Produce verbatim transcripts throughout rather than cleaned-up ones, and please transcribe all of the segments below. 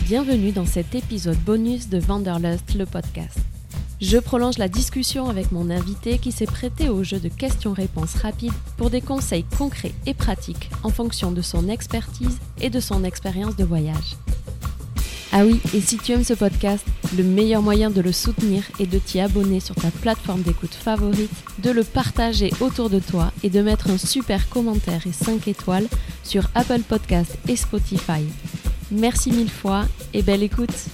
Bienvenue dans cet épisode bonus de Wanderlust, le podcast. Je prolonge la discussion avec mon invité qui s'est prêté au jeu de questions-réponses rapides pour des conseils concrets et pratiques en fonction de son expertise et de son expérience de voyage. Ah oui, et si tu aimes ce podcast, le meilleur moyen de le soutenir est de t'y abonner sur ta plateforme d'écoute favorite, de le partager autour de toi et de mettre un super commentaire et cinq étoiles sur Apple Podcasts et Spotify. Merci mille fois et belle écoute!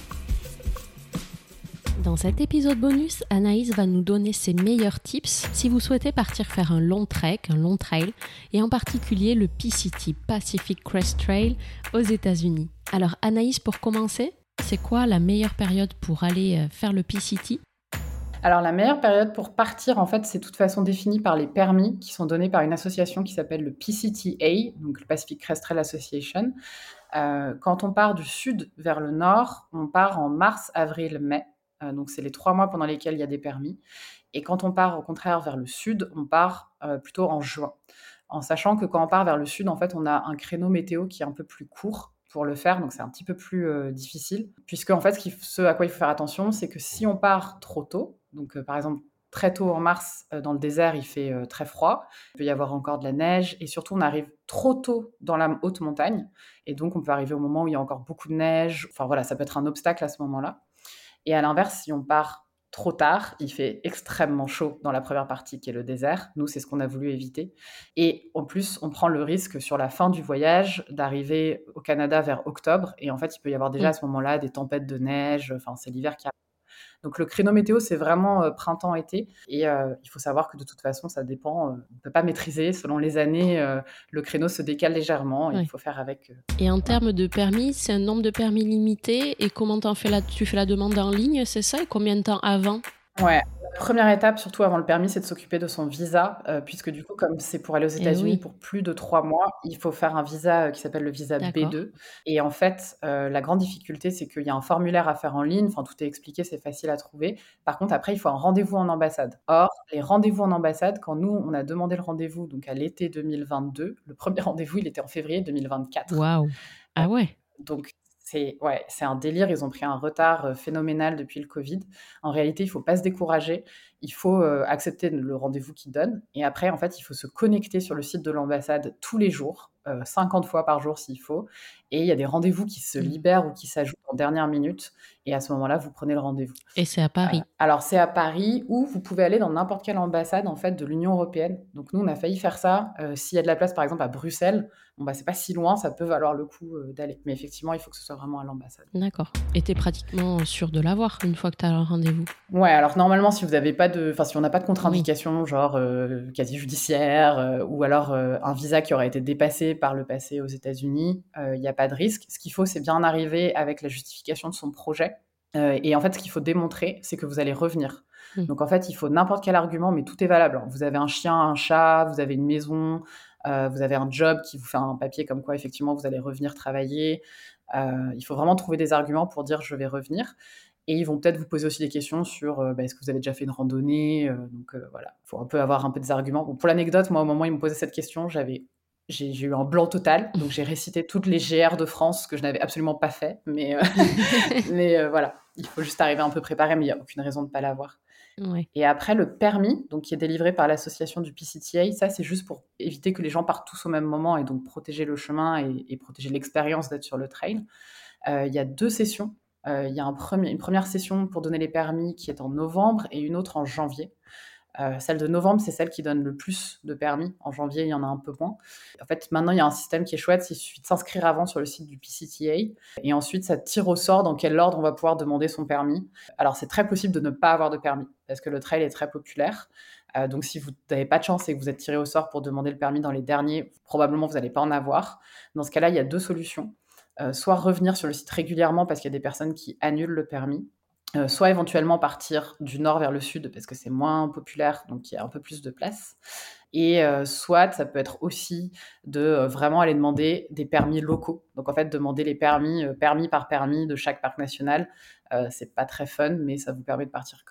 Dans cet épisode bonus, Anaïs va nous donner ses meilleurs tips si vous souhaitez partir faire un long trek, un long trail, et en particulier le P C T, Pacific Crest Trail, aux États-Unis. Alors Anaïs, pour commencer, c'est quoi la meilleure période pour aller faire le P C T ? Alors la meilleure période pour partir, en fait, c'est de toute façon définie par les permis qui sont donnés par une association qui s'appelle le P C T A, donc le Pacific Crest Trail Association. Euh, quand on part du sud vers le nord, on part en mars, avril, mai. Euh, donc c'est les trois mois pendant lesquels il y a des permis. Et quand on part au contraire vers le sud, on part euh, plutôt en juin. En sachant que quand on part vers le sud, en fait, on a un créneau météo qui est un peu plus court pour le faire, donc c'est un petit peu plus euh, difficile. Puisque en fait, ce, qui, ce à quoi il faut faire attention, c'est que si on part trop tôt, donc euh, par exemple très tôt en mars, euh, dans le désert, il fait euh, très froid, il peut y avoir encore de la neige, et surtout on arrive trop tôt dans la haute montagne, et donc on peut arriver au moment où il y a encore beaucoup de neige. Enfin voilà, ça peut être un obstacle à ce moment-là. Et à l'inverse, si on part trop tard, il fait extrêmement chaud dans la première partie qui est le désert. Nous, c'est ce qu'on a voulu éviter. Et en plus, on prend le risque sur la fin du voyage d'arriver au Canada vers octobre. Et en fait, il peut y avoir déjà à ce moment-là des tempêtes de neige. Enfin, c'est l'hiver qui arrive. Donc le créneau météo, c'est vraiment euh, printemps-été. Et euh, il faut savoir que de toute façon, ça dépend. Euh, on ne peut pas maîtriser. Selon les années, euh, le créneau se décale légèrement. Et Ouais. il faut faire avec. Euh, Et en voilà. termes de permis, c'est un nombre de permis limité. Et comment t'en fais la... tu fais la demande en ligne, c'est ça? Et combien de temps avant? Ouais, la première étape, surtout avant le permis, c'est de s'occuper de son visa, heu, puisque du coup, comme c'est pour aller aux Eh États-Unis oui, pour plus de trois mois, il faut faire un visa, heu, qui s'appelle le visa B d'accord. deux. Et en fait, heu, la grande difficulté, c'est qu'il y a un formulaire à faire en ligne, enfin tout est expliqué, c'est facile à trouver. Par contre, après, il faut un rendez-vous en ambassade. Or, les rendez-vous en ambassade, quand nous, on a demandé le rendez-vous, donc à l'été deux mille vingt-deux, le premier rendez-vous, il était en février deux mille vingt-quatre. Waouh! Heu, Ah ouais. donc c'est ouais, c'est un délire, ils ont pris un retard, heu, phénoménal depuis le covid. En réalité, il faut pas se décourager, il faut, heu, accepter le rendez-vous qu'ils donnent et après, en fait, il faut se connecter sur le site de l'ambassade tous les jours, heu, cinquante fois par jour s'il faut, et il y a des rendez-vous qui se Mm. libèrent ou qui s'ajoutent en dernière minute et à ce moment-là, vous prenez le rendez-vous. Et c'est à Heu, Paris. alors c'est à Paris ou vous pouvez aller dans n'importe quelle ambassade, en fait, de l'Union européenne. Donc nous, on a failli faire ça, heu, s'il y a de la place, par exemple, à Bruxelles, bon, bah, c'est pas si loin, ça peut valoir le coup, heu, d'aller. Mais effectivement, il faut que ce soit vraiment à l'ambassade. D'accord. Et t'es pratiquement sûr de l'avoir une fois que t'as un rendez-vous. Ouais, alors normalement, si vous avez pas de enfin, si on n'a pas de Oui. contre-indication, genre, heu, casier judiciaire, heu, ou alors, heu, un visa qui aura été dépassé par le passé aux États-Unis, il y a pas de risque. Ce qu'il faut, c'est bien arriver avec la justification de son projet, heu et en fait, ce qu'il faut démontrer, c'est que vous allez revenir. Mm. Donc en fait, il faut n'importe quel argument, mais tout est valable, hein. Vous avez un chien, un chat, vous avez une maison, heu, vous avez un job qui vous fait un papier comme quoi effectivement vous allez revenir travailler. Heu, il faut vraiment trouver des arguments pour dire: «Je vais revenir». Et ils vont peut-être vous poser aussi des questions sur, heu, bah, est-ce que vous avez déjà fait une randonnée? Heu, donc heu, voilà, il faut un peu avoir un peu des arguments. Bon, pour l'anecdote, moi, au moment où ils me posaient cette question, j'avais j'ai j'ai eu un blanc total, donc j'ai récité toutes les G R de France que je n'avais absolument pas fait, mais heu, mais heu, voilà, il faut juste arriver un peu préparé, mais il y a aucune raison de pas l'avoir. Ouais. Et après le permis, donc qui est délivré par l'association du P C T A, ça, c'est juste pour éviter que les gens partent tous au même moment et donc protéger le chemin et et protéger l'expérience d'être sur le trail. Heu, il y a deux sessions. Heu, il y a un premier une première session pour donner les permis qui est en novembre et une autre en janvier. Heu, celle de novembre, c'est celle qui donne le plus de permis. En janvier, il y en a un peu moins. En fait, maintenant, il y a un système qui est chouette, il suffit de s'inscrire avant sur le site du P C T A et ensuite ça tire au sort dans quel ordre on va pouvoir demander son permis. Alors c'est très possible de ne pas avoir de permis parce que le trail est très populaire. Heu, donc si vous n'avez pas de chance et que vous êtes tiré au sort pour demander le permis dans les derniers, probablement vous n'allez pas en avoir. Dans ce cas-là, il y a deux solutions. Heu, soit revenir sur le site régulièrement parce qu'il y a des personnes qui annulent le permis, heu, soit éventuellement partir du nord vers le sud parce que c'est moins populaire, donc il y a un peu plus de place et heu, soit ça peut être aussi de, heu, vraiment aller demander des permis locaux. Donc en fait, demander les permis, heu, permis par permis de chaque parc national, heu, c'est pas très fun, mais ça vous permet de partir quand même.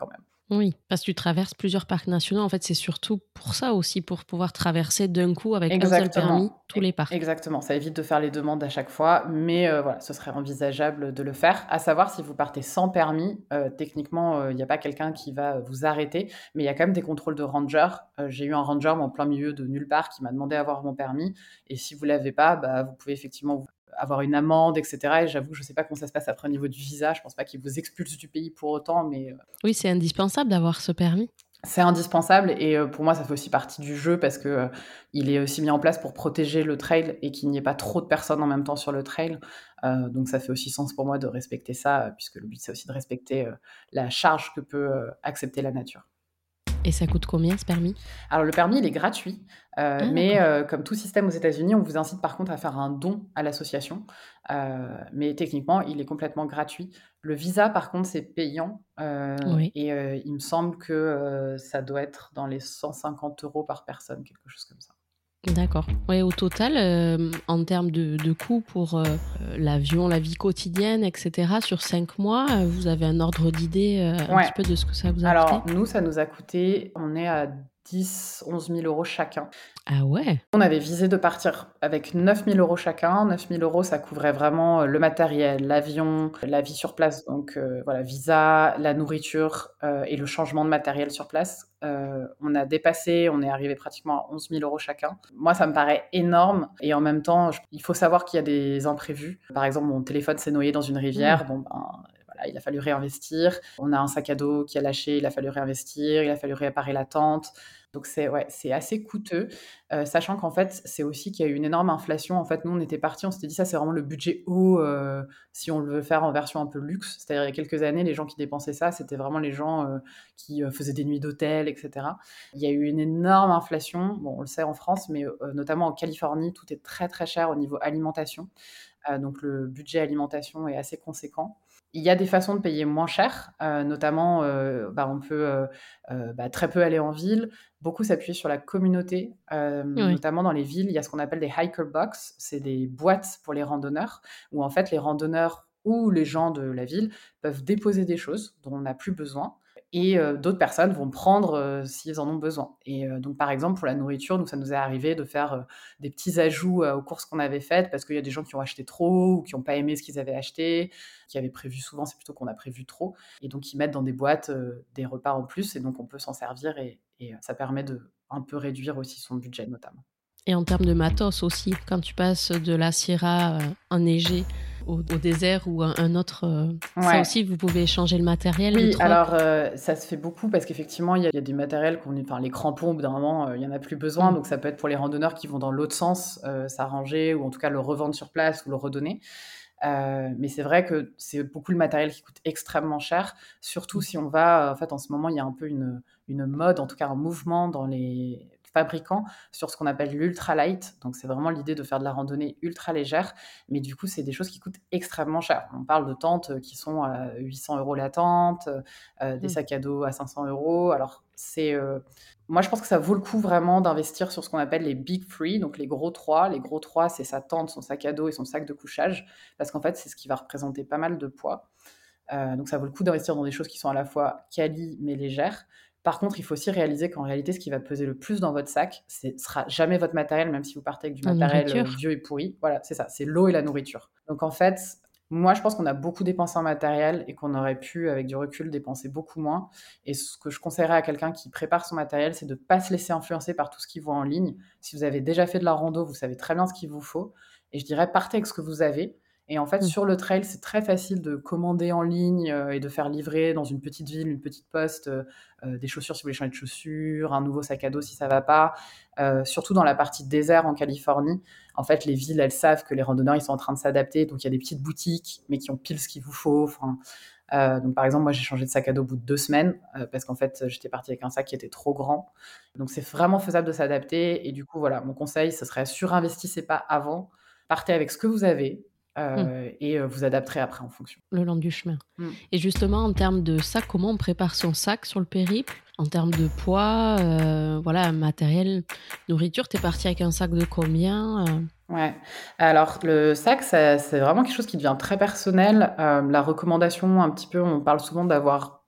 Oui, parce que tu traverses plusieurs parcs nationaux. En fait, c'est surtout pour ça aussi, pour pouvoir traverser d'un coup avec un seul permis Exactement, tous e les parcs. exactement. Ça évite de faire les demandes à chaque fois, mais heu, voilà, ce serait envisageable de le faire. À savoir si vous partez sans permis, heu, techniquement, il y a pas quelqu'un qui va vous arrêter, mais il y a quand même des contrôles de rangers. Heu, j'ai eu un ranger, moi, en plein milieu de nulle part, qui m'a demandé à voir mon permis et si vous l'avez pas, bah, vous pouvez effectivement vous avoir une amende et cetera et j'avoue que je sais pas comment ça se passe après au niveau du visa. Je pense pas qu'ils vous expulsent du pays pour autant, mais heu Oui, c'est indispensable d'avoir ce permis? C'est indispensable et heu, pour moi, ça fait aussi partie du jeu parce que, heu, il est aussi mis en place pour protéger le trail et qu'il n'y ait pas trop de personnes en même temps sur le trail. Heu, donc ça fait aussi sens pour moi de respecter ça, heu, puisque le but, c'est aussi de respecter, heu, la charge que peut, heu, accepter la nature. Et ça coûte combien ce permis? Alors le permis, il est gratuit, heu, Ah mais d'accord. heu, comme tout système aux États-Unis, on vous incite par contre à faire un don à l'association, heu, mais techniquement, il est complètement gratuit. Le visa, par contre, c'est payant, heu Oui. et heu, il me semble que, heu, ça doit être dans les cent cinquante euros par personne, quelque chose comme ça. D'accord. Ouais, au total, hem, en termes de de coûts pour, heu, l'avion, la vie quotidienne et cetera, sur cinq mois, heu, vous avez un ordre d'idée, heu, un Ouais. petit peu de ce que ça vous a coûté? Alors nous, ça nous a coûté on est à dix onze mille euros chacun. Ah ouais! On avait visé de partir avec neuf mille euros chacun. neuf mille euros, ça couvrait vraiment, heu, le matériel, l'avion, la vie sur place, donc heu, voilà, visa, la nourriture, heu et le changement de matériel sur place. Heu, on a dépassé, on est arrivé pratiquement à onze mille euros chacun. Moi, ça me paraît énorme et en même temps, j il faut savoir qu'il y a des imprévus. Par exemple, mon téléphone s'est noyé dans une Mmh. rivière, bon ben, voilà, il a fallu réinvestir. On a un sac à dos qui a lâché, il a fallu réinvestir, il a fallu réparer la tente. Donc c'est ouais, c'est assez coûteux, heu, sachant qu'en fait, c'est aussi qu'il y a eu une énorme inflation. En fait, nous, on était partis, on s'était dit: «Ça, c'est vraiment le budget haut, heu, si on le veut faire en version un peu luxe». C'est-à-dire, il y a quelques années, les gens qui dépensaient ça, c'était vraiment les gens, heu, qui, heu, faisaient des nuits d'hôtel et cetera. Il y a eu une énorme inflation, bon, on le sait en France, mais heu, notamment en Californie, tout est très, très cher au niveau alimentation. Heu, donc le budget alimentation est assez conséquent. Il y a des façons de payer moins cher, heu, notamment, heu, bah, on peut, heu heu, bah, très peu aller en ville, beaucoup s'appuyer sur la communauté, hem, Oui. notamment dans les villes, il y a ce qu'on appelle des hiker box, c'est des boîtes pour les randonneurs, où en fait les randonneurs ou les gens de la ville peuvent déposer des choses dont on n'a plus besoin et heu, d'autres personnes vont prendre, heu, s'ils en ont besoin et heu, donc par exemple pour la nourriture, nous ça nous est arrivé de faire, heu, des petits ajouts, heu, aux courses qu'on avait faites parce qu'il y a des gens qui ont acheté trop ou qui ont pas aimé ce qu'ils avaient acheté, qui avaient prévu souvent, c'est plutôt qu'on a prévu trop et donc ils mettent dans des boîtes, heu, des repas en plus et donc on peut s'en servir et et heu, ça permet de un peu réduire aussi son budget notamment. Et en termes de matos aussi, quand tu passes de la Sierra, heu, enneigée au au désert ou un un autre, heu, ça Ouais. aussi vous pouvez changer le matériel, le Oui, troc? alors, heu, ça se fait beaucoup parce qu'effectivement, il y a il y a des matériels qu'on est enfin les crampons, au bout d'un moment, heu, il y en a plus besoin, Mmh. donc ça peut être pour les randonneurs qui vont dans l'autre sens, heu, s'arranger ou en tout cas le revendre sur place ou le redonner. Heu, mais c'est vrai que c'est beaucoup le matériel qui coûte extrêmement cher, surtout Mmh. si on va en fait, en ce moment, il y a un peu une, une mode, en tout cas un mouvement dans les fabricants sur ce qu'on appelle l'ultralight. Donc c'est vraiment l'idée de faire de la randonnée ultra légère, mais du coup, c'est des choses qui coûtent extrêmement cher. On parle de tentes, qui sont à huit cents euros la tente, heu, des Mmh. sacs à dos à cinq cents euros. Alors c'est, heu moi, je pense que ça vaut le coup vraiment d'investir sur ce qu'on appelle les big three, donc les gros trois. Les gros trois, c'est sa tente, son sac à dos et son sac de couchage, parce qu'en fait, c'est ce qui va représenter pas mal de poids. Heu, donc ça vaut le coup d'investir dans des choses qui sont à la fois quali, mais légères. Par contre, il faut aussi réaliser qu'en réalité, ce qui va peser le plus dans votre sac, ce sera jamais votre matériel, même si vous partez avec du La matériel, heu, nourriture? vieux et pourri. Voilà, c'est ça, c'est l'eau et la nourriture. Donc en fait, moi, je pense qu'on a beaucoup dépensé en matériel et qu'on aurait pu, avec du recul, dépenser beaucoup moins et ce que je conseillerais à quelqu'un qui prépare son matériel, c'est de pas se laisser influencer par tout ce qu'il voit en ligne. Si vous avez déjà fait de la rando, vous savez très bien ce qu'il vous faut et je dirais partez avec ce que vous avez et en fait, Mmh. sur le trail, c'est très facile de commander en ligne, heu et de faire livrer dans une petite ville, une petite poste, heu heu, des chaussures si vous voulez changer de chaussures, un nouveau sac à dos si ça va pas. Heu, surtout dans la partie désert en Californie, en fait, les villes, elles savent que les randonneurs, ils sont en train de s'adapter, donc il y a des petites boutiques, mais qui ont pile ce qu'il vous faut. Enfin, heu, donc par exemple, moi, j'ai changé de sac à dos au bout de deux semaines, heu, parce qu'en fait, j'étais partie avec un sac qui était trop grand. Donc c'est vraiment faisable de s'adapter et du coup, voilà, mon conseil, ce serait surinvestissez pas avant, partez avec ce que vous avez, Mmh. heu et heu, vous adapterez après en fonction. Le long du chemin. Mmh. Et justement, en termes de sac, comment on prépare son sac sur le périple? En termes de poids, heu, voilà, matériel, nourriture, tu es parti avec un sac de combien, heu? Ouais. Alors le sac, ça c'est vraiment quelque chose qui devient très personnel. Hem, la recommandation un petit peu, on parle souvent d'avoir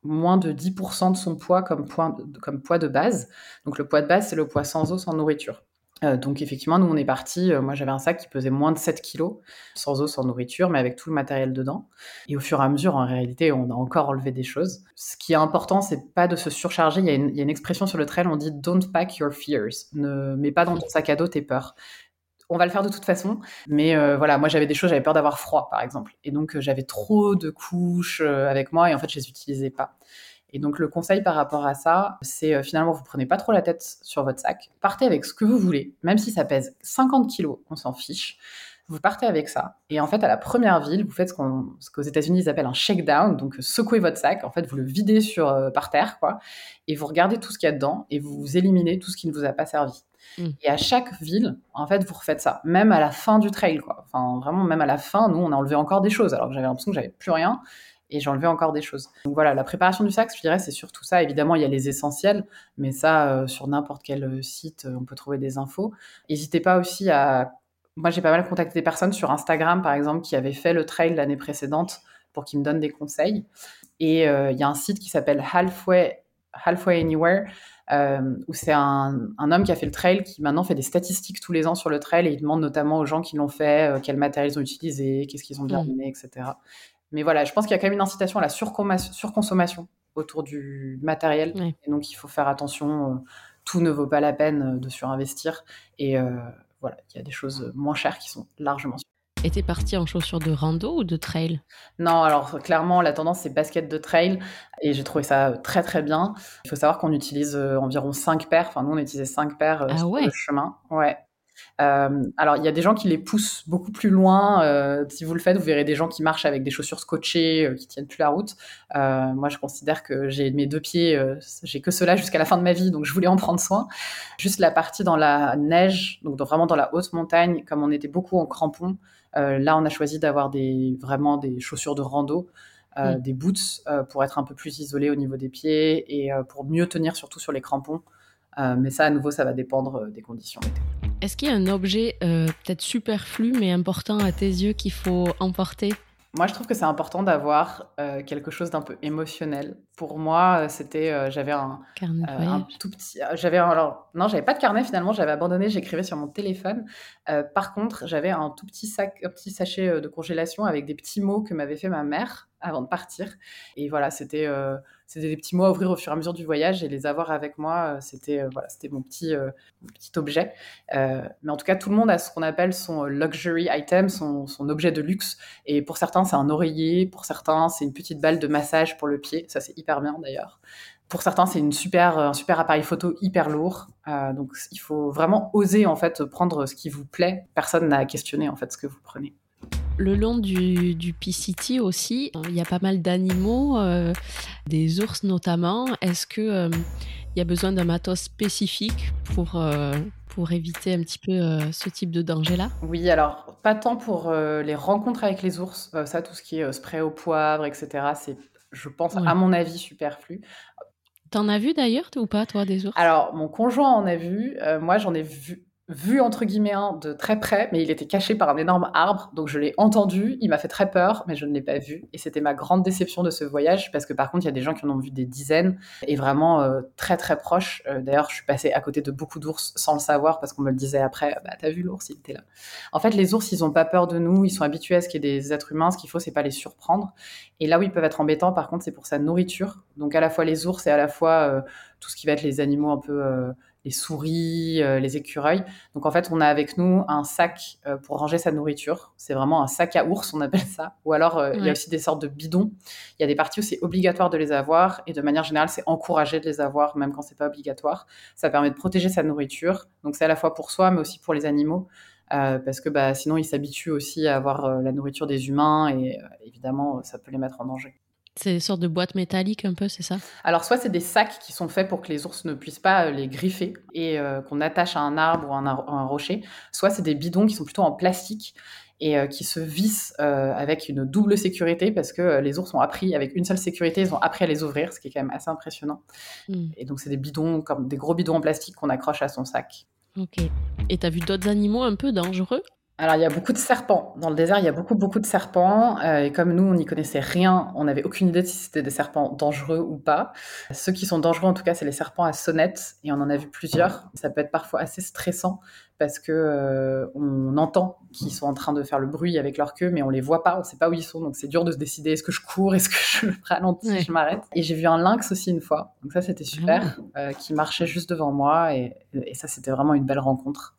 moins de dix pour cent de son poids comme, poids, comme poids de base. Donc le poids de base, c'est le poids sans eau, sans nourriture. Euh, donc effectivement, nous on est partis, euh, moi j'avais un sac qui pesait moins de sept kilos, sans eau, sans nourriture, mais avec tout le matériel dedans. Et au fur et à mesure, en réalité, on a encore enlevé des choses. Ce qui est important, c'est pas de se surcharger. Il y a une, il y a une expression sur le trail, on dit « don't pack your fears ». Ne mets pas dans ton sac à dos tes peurs. On va le faire de toute façon, mais euh, voilà, moi j'avais des choses, j'avais peur d'avoir froid par exemple, et donc euh, j'avais trop de couches euh, avec moi, et en fait je les utilisais pas. Et donc le conseil par rapport à ça, c'est euh, finalement vous prenez pas trop la tête sur votre sac, partez avec ce que vous voulez, même si ça pèse cinquante kilos, on s'en fiche. Vous partez avec ça, et en fait à la première ville, vous faites ce, qu'on, ce qu'aux États-Unis ils appellent un shakedown, donc secouez votre sac, en fait vous le videz sur euh, par terre, quoi, et vous regardez tout ce qu'il y a dedans, et vous éliminez tout ce qui ne vous a pas servi. Mmh. Et à chaque ville, en fait, vous refaites ça, même à la fin du trail, quoi. Enfin, vraiment, même à la fin, nous, on a enlevé encore des choses, alors que j'avais l'impression que j'avais plus rien, et j'ai enlevé encore des choses. Donc voilà, la préparation du sac, je dirais, c'est surtout ça. Évidemment, il y a les essentiels, mais ça, euh, sur n'importe quel site, on peut trouver des infos. N'hésitez pas aussi à... Moi, j'ai pas mal contacté des personnes sur Instagram, par exemple, qui avaient fait le trail l'année précédente pour qu'ils me donnent des conseils. Et il euh, y a un site qui s'appelle Halfway, Halfway Anywhere, Euh, où c'est un, un homme qui a fait le trail, qui maintenant fait des statistiques tous les ans sur le trail, et il demande notamment aux gens qui l'ont fait euh, quel matériel ils ont utilisé, qu'est-ce qu'ils ont bien aimé, et cetera. Mais voilà, je pense qu'il y a quand même une incitation à la surconsommation autour du matériel, oui. Et donc il faut faire attention, euh, tout ne vaut pas la peine de surinvestir, et euh, voilà, il y a des choses moins chères qui sont largement sûres. Et t'es partie en chaussures de rando ou de trail ? Non, alors clairement, la tendance, c'est basket de trail, et j'ai trouvé ça très très bien. Il faut savoir qu'on utilise euh, environ cinq paires, enfin nous on utilisait cinq paires euh, ah sur ouais. le chemin. Ouais. Euh, alors, il y a des gens qui les poussent beaucoup plus loin. Euh, si vous le faites, vous verrez des gens qui marchent avec des chaussures scotchées, euh, qui tiennent plus la route. Euh, moi, je considère que j'ai mes deux pieds, euh, j'ai que cela jusqu'à la fin de ma vie, donc je voulais en prendre soin. Juste la partie dans la neige, donc dans, vraiment dans la haute montagne, comme on était beaucoup en crampons, euh, là, on a choisi d'avoir des, vraiment des chaussures de rando. Euh, mmh. Des boots euh, pour être un peu plus isolé au niveau des pieds et euh, pour mieux tenir surtout sur les crampons. Euh, mais ça, à nouveau, ça va dépendre des conditions. Est-ce qu'il y a un objet euh, peut-être superflu mais important à tes yeux qu'il faut emporter ? Moi, je trouve que c'est important d'avoir euh, quelque chose d'un peu émotionnel. Pour moi, c'était, euh, j'avais un, carnet de euh, voyage. un tout petit, euh, j'avais un, alors non, j'avais pas de carnet finalement, j'avais abandonné, j'écrivais sur mon téléphone. Euh, par contre, j'avais un tout petit sac, un petit sachet de congélation avec des petits mots que m'avait fait ma mère avant de partir. Et voilà, c'était, euh, c'était des petits mots à ouvrir au fur et à mesure du voyage, et les avoir avec moi, c'était, euh, voilà, c'était mon petit, euh, mon petit objet. Euh, mais en tout cas, tout le monde a ce qu'on appelle son luxury item, son, son objet de luxe. Et pour certains, c'est un oreiller. Pour certains, c'est une petite balle de massage pour le pied. Ça, c'est hyper bien d'ailleurs. Pour certains, c'est une super, un super appareil photo hyper lourd. Euh, donc, il faut vraiment oser en fait prendre ce qui vous plaît. Personne n'a à questionner en fait ce que vous prenez. Le long du, du P C T aussi, il y a pas mal d'animaux, euh, des ours notamment. Est-ce qu'il euh, y a besoin d'un matos spécifique pour, euh, pour éviter un petit peu euh, ce type de danger-là ? Oui, alors pas tant pour euh, les rencontres avec les ours. Euh, ça, tout ce qui est euh, spray au poivre, et cetera, c'est, je pense, ouais. à mon avis, superflu. T'en as vu d'ailleurs ou pas, toi, des ours ? Alors, mon conjoint en a vu. Euh, moi, j'en ai vu... vu entre guillemets un de très près, mais il était caché par un énorme arbre, donc je l'ai entendu, il m'a fait très peur, mais je ne l'ai pas vu, et c'était ma grande déception de ce voyage, parce que par contre il y a des gens qui en ont vu des dizaines, et vraiment euh, très très proches. Euh, d'ailleurs je suis passée à côté de beaucoup d'ours sans le savoir, parce qu'on me le disait après, bah t'as vu l'ours, il était là. En fait les ours ils ont pas peur de nous, ils sont habitués à ce qu'il y ait des êtres humains, ce qu'il faut c'est pas les surprendre, et là où ils peuvent être embêtants par contre c'est pour sa nourriture, donc à la fois les ours et à la fois euh, tout ce qui va être les animaux un peu... Euh, les souris, euh, les écureuils. Donc en fait, on a avec nous un sac euh, pour ranger sa nourriture. C'est vraiment un sac à ours, on appelle ça. Ou alors, euh, ouais. Il y a aussi des sortes de bidons. Il y a des parties où c'est obligatoire de les avoir, et de manière générale, c'est encouragé de les avoir, même quand c'est pas obligatoire. Ça permet de protéger sa nourriture. Donc c'est à la fois pour soi, mais aussi pour les animaux. Euh, parce que bah, sinon, ils s'habituent aussi à avoir euh, la nourriture des humains, et euh, évidemment, ça peut les mettre en danger. C'est des sortes de boîtes métalliques un peu, c'est ça ? Alors, soit c'est des sacs qui sont faits pour que les ours ne puissent pas les griffer et euh, qu'on attache à un arbre ou à un, ar- un rocher, soit c'est des bidons qui sont plutôt en plastique et euh, qui se vissent euh, avec une double sécurité, parce que euh, les ours ont appris, avec une seule sécurité, ils ont appris à les ouvrir, ce qui est quand même assez impressionnant. Mm. Et donc, c'est des bidons, comme des gros bidons en plastique qu'on accroche à son sac. Ok. Et t'as vu d'autres animaux un peu dangereux ? Alors, il y a beaucoup de serpents. Dans le désert, il y a beaucoup, beaucoup de serpents. Euh, et comme nous, on n'y connaissait rien, on n'avait aucune idée de si c'était des serpents dangereux ou pas. Ceux qui sont dangereux, en tout cas, c'est les serpents à sonnette. Et on en a vu plusieurs. Ça peut être parfois assez stressant parce que euh, on entend qu'ils sont en train de faire le bruit avec leur queue, mais on les voit pas, on sait pas où ils sont. Donc, c'est dur de se décider, est-ce que je cours, est-ce que je ralentis, Ouais. je m'arrête. Et j'ai vu un lynx aussi une fois. Donc ça, c'était super, euh, qui marchait juste devant moi. Et, et ça, c'était vraiment une belle rencontre.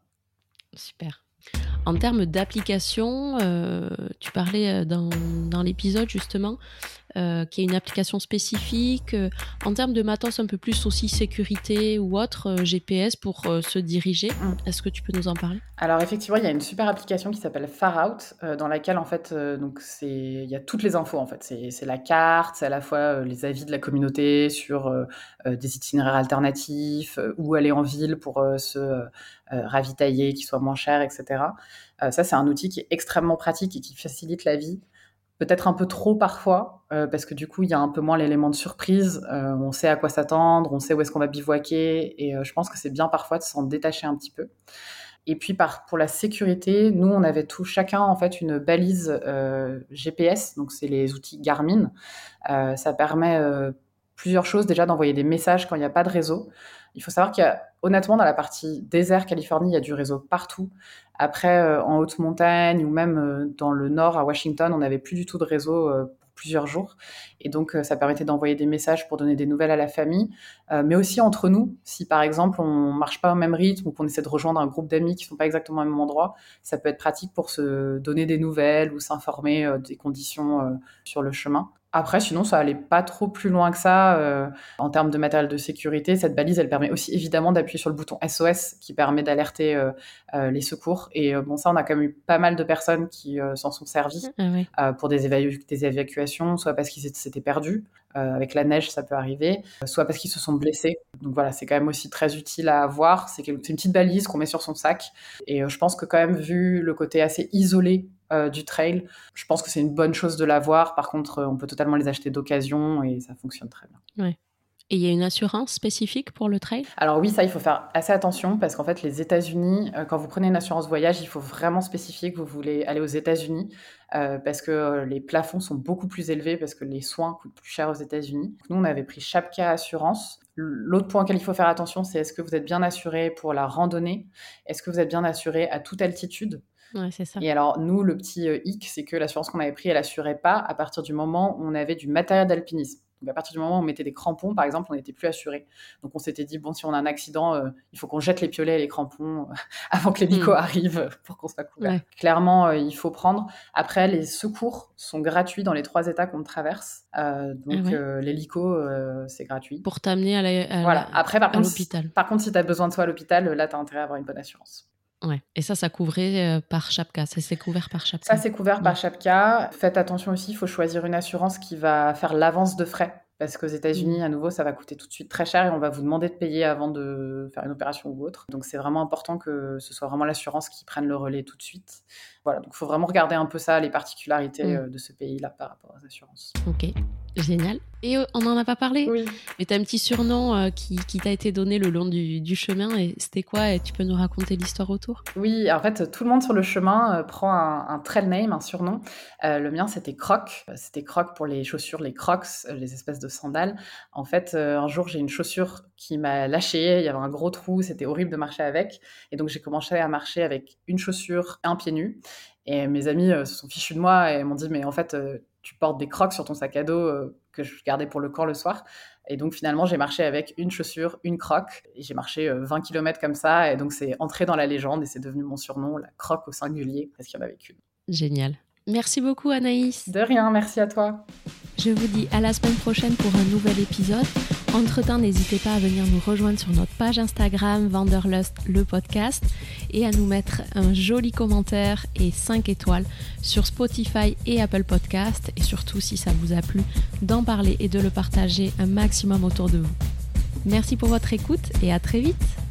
Super. En termes d'application, euh, tu parlais dans, dans l'épisode justement euh, qu'il y a une application spécifique. Euh, en termes de matos un peu plus aussi sécurité ou autre, euh, G P S pour euh, se diriger, mm. Est-ce que tu peux nous en parler ? Alors effectivement, il y a une super application qui s'appelle Far Out, euh, dans laquelle en fait, euh, donc c'est, il y a toutes les infos en fait. C'est, c'est la carte, c'est à la fois euh, les avis de la communauté sur euh, euh, des itinéraires alternatifs, euh, où aller en ville pour euh, se euh, ravitailler, qui soit moins cher, et cetera. Euh, ça, c'est un outil qui est extrêmement pratique et qui facilite la vie. Peut-être un peu trop parfois, euh, parce que du coup, il y a un peu moins l'élément de surprise. Euh, on sait à quoi s'attendre, on sait où est-ce qu'on va bivouaquer, et euh, je pense que c'est bien parfois de s'en détacher un petit peu. Et puis par, pour la sécurité, nous, on avait tout, chacun en fait une balise euh, G P S, donc c'est les outils Garmin. Euh, ça permet euh, plusieurs choses, déjà d'envoyer des messages quand il n'y a pas de réseau. Il faut savoir qu'il y a, honnêtement, dans la partie désert Californie, il y a du réseau partout. Après, euh, en haute montagne ou même euh, dans le nord à Washington, on n'avait plus du tout de réseau euh, pour plusieurs jours. Et donc, euh, ça permettait d'envoyer des messages pour donner des nouvelles à la famille, euh, mais aussi entre nous. Si, par exemple, on marche pas au même rythme ou qu'on essaie de rejoindre un groupe d'amis qui sont pas exactement au même endroit, ça peut être pratique pour se donner des nouvelles ou s'informer euh, des conditions euh, sur le chemin. Après, sinon, ça allait pas trop plus loin que ça euh, en termes de matériel de sécurité. Cette balise, elle permet aussi évidemment d'appuyer sur le bouton S O S qui permet d'alerter euh, euh, les secours. Et euh, bon, ça, on a quand même eu pas mal de personnes qui euh, s'en sont servies ah oui. euh, pour des, évalu- des évacuations, soit parce qu'ils s'étaient perdus. Euh, avec la neige, ça peut arriver, soit parce qu'ils se sont blessés. Donc voilà, c'est quand même aussi très utile à avoir. C'est, c'est une petite balise qu'on met sur son sac. Et euh, je pense que quand même, vu le côté assez isolé euh, du trail, je pense que c'est une bonne chose de l'avoir. Par contre, euh, on peut totalement les acheter d'occasion et ça fonctionne très bien. Ouais. Et il y a une assurance spécifique pour le trail ? Alors oui, ça, il faut faire assez attention parce qu'en fait, les États-Unis, euh, quand vous prenez une assurance voyage, il faut vraiment spécifier que vous voulez aller aux États-Unis euh, parce que euh, les plafonds sont beaucoup plus élevés parce que les soins coûtent plus cher aux États-Unis. Donc, nous, on avait pris Chapka Assurance. L'autre point auquel il faut faire attention, c'est est-ce que vous êtes bien assuré pour la randonnée ? Est-ce que vous êtes bien assuré à toute altitude ? Ouais, c'est ça. Et alors, nous, le petit euh, hic, c'est que l'assurance qu'on avait pris, elle assurait pas à partir du moment où on avait du matériel d'alpinisme. Donc, à partir du moment où on mettait des crampons, par exemple, on n'était plus assuré. Donc, on s'était dit, bon, si on a un accident, euh, il faut qu'on jette les piolets et les crampons euh, avant que l'hélico mmh. arrive pour qu'on soit couvert. Ouais. Clairement, euh, il faut prendre. Après, les secours sont gratuits dans les trois États qu'on traverse. Euh, donc, ah ouais. euh, l'hélico, euh, c'est gratuit. Pour t'amener à, la, à, voilà. Après, par à contre, l'hôpital. Si, par contre, si tu as besoin de toi à l'hôpital, là, tu as intérêt à avoir une bonne assurance. Ouais. Et ça, ça couvrait euh, par Chapka. Ça, c'est couvert par Chapka. Ça, c'est couvert ouais. par Chapka. Faites attention aussi, il faut choisir une assurance qui va faire l'avance de frais. Parce qu'aux États-Unis, mmh. à nouveau, ça va coûter tout de suite très cher et on va vous demander de payer avant de faire une opération ou autre. Donc, c'est vraiment important que ce soit vraiment l'assurance qui prenne le relais tout de suite. Voilà, donc il faut vraiment regarder un peu ça, les particularités mmh. de ce pays-là par rapport aux assurances. Ok, génial. Et on n'en a pas parlé, oui. mais tu as un petit surnom euh, qui, qui t'a été donné le long du, du chemin. Et c'était quoi ? Et tu peux nous raconter l'histoire autour ? Oui, en fait, tout le monde sur le chemin euh, prend un, un trail name, un surnom. Euh, le mien, c'était Croc. C'était Croc pour les chaussures, les Crocs, les espèces de sandales. En fait, euh, un jour, j'ai une chaussure qui m'a lâchée. Il y avait un gros trou. C'était horrible de marcher avec. Et donc, j'ai commencé à marcher avec une chaussure et un pied nu. Et mes amis euh, se sont fichus de moi et m'ont dit « Mais en fait, euh, tu portes des Crocs sur ton sac à dos euh, que je gardais pour le camp le soir. » Et donc, finalement, j'ai marché avec une chaussure, une croc. Et j'ai marché euh, vingt kilomètres comme ça. Et donc, c'est entré dans la légende et c'est devenu mon surnom, la croc au singulier, parce qu'il y en avait qu'une. Génial. Merci beaucoup, Anaïs. De rien, merci à toi. Je vous dis à la semaine prochaine pour un nouvel épisode. Entre-temps, n'hésitez pas à venir nous rejoindre sur notre page Instagram Wanderlust le podcast et à nous mettre un joli commentaire et cinq étoiles sur Spotify et Apple Podcast. Et surtout, si ça vous a plu, d'en parler et de le partager un maximum autour de vous. Merci pour votre écoute et à très vite.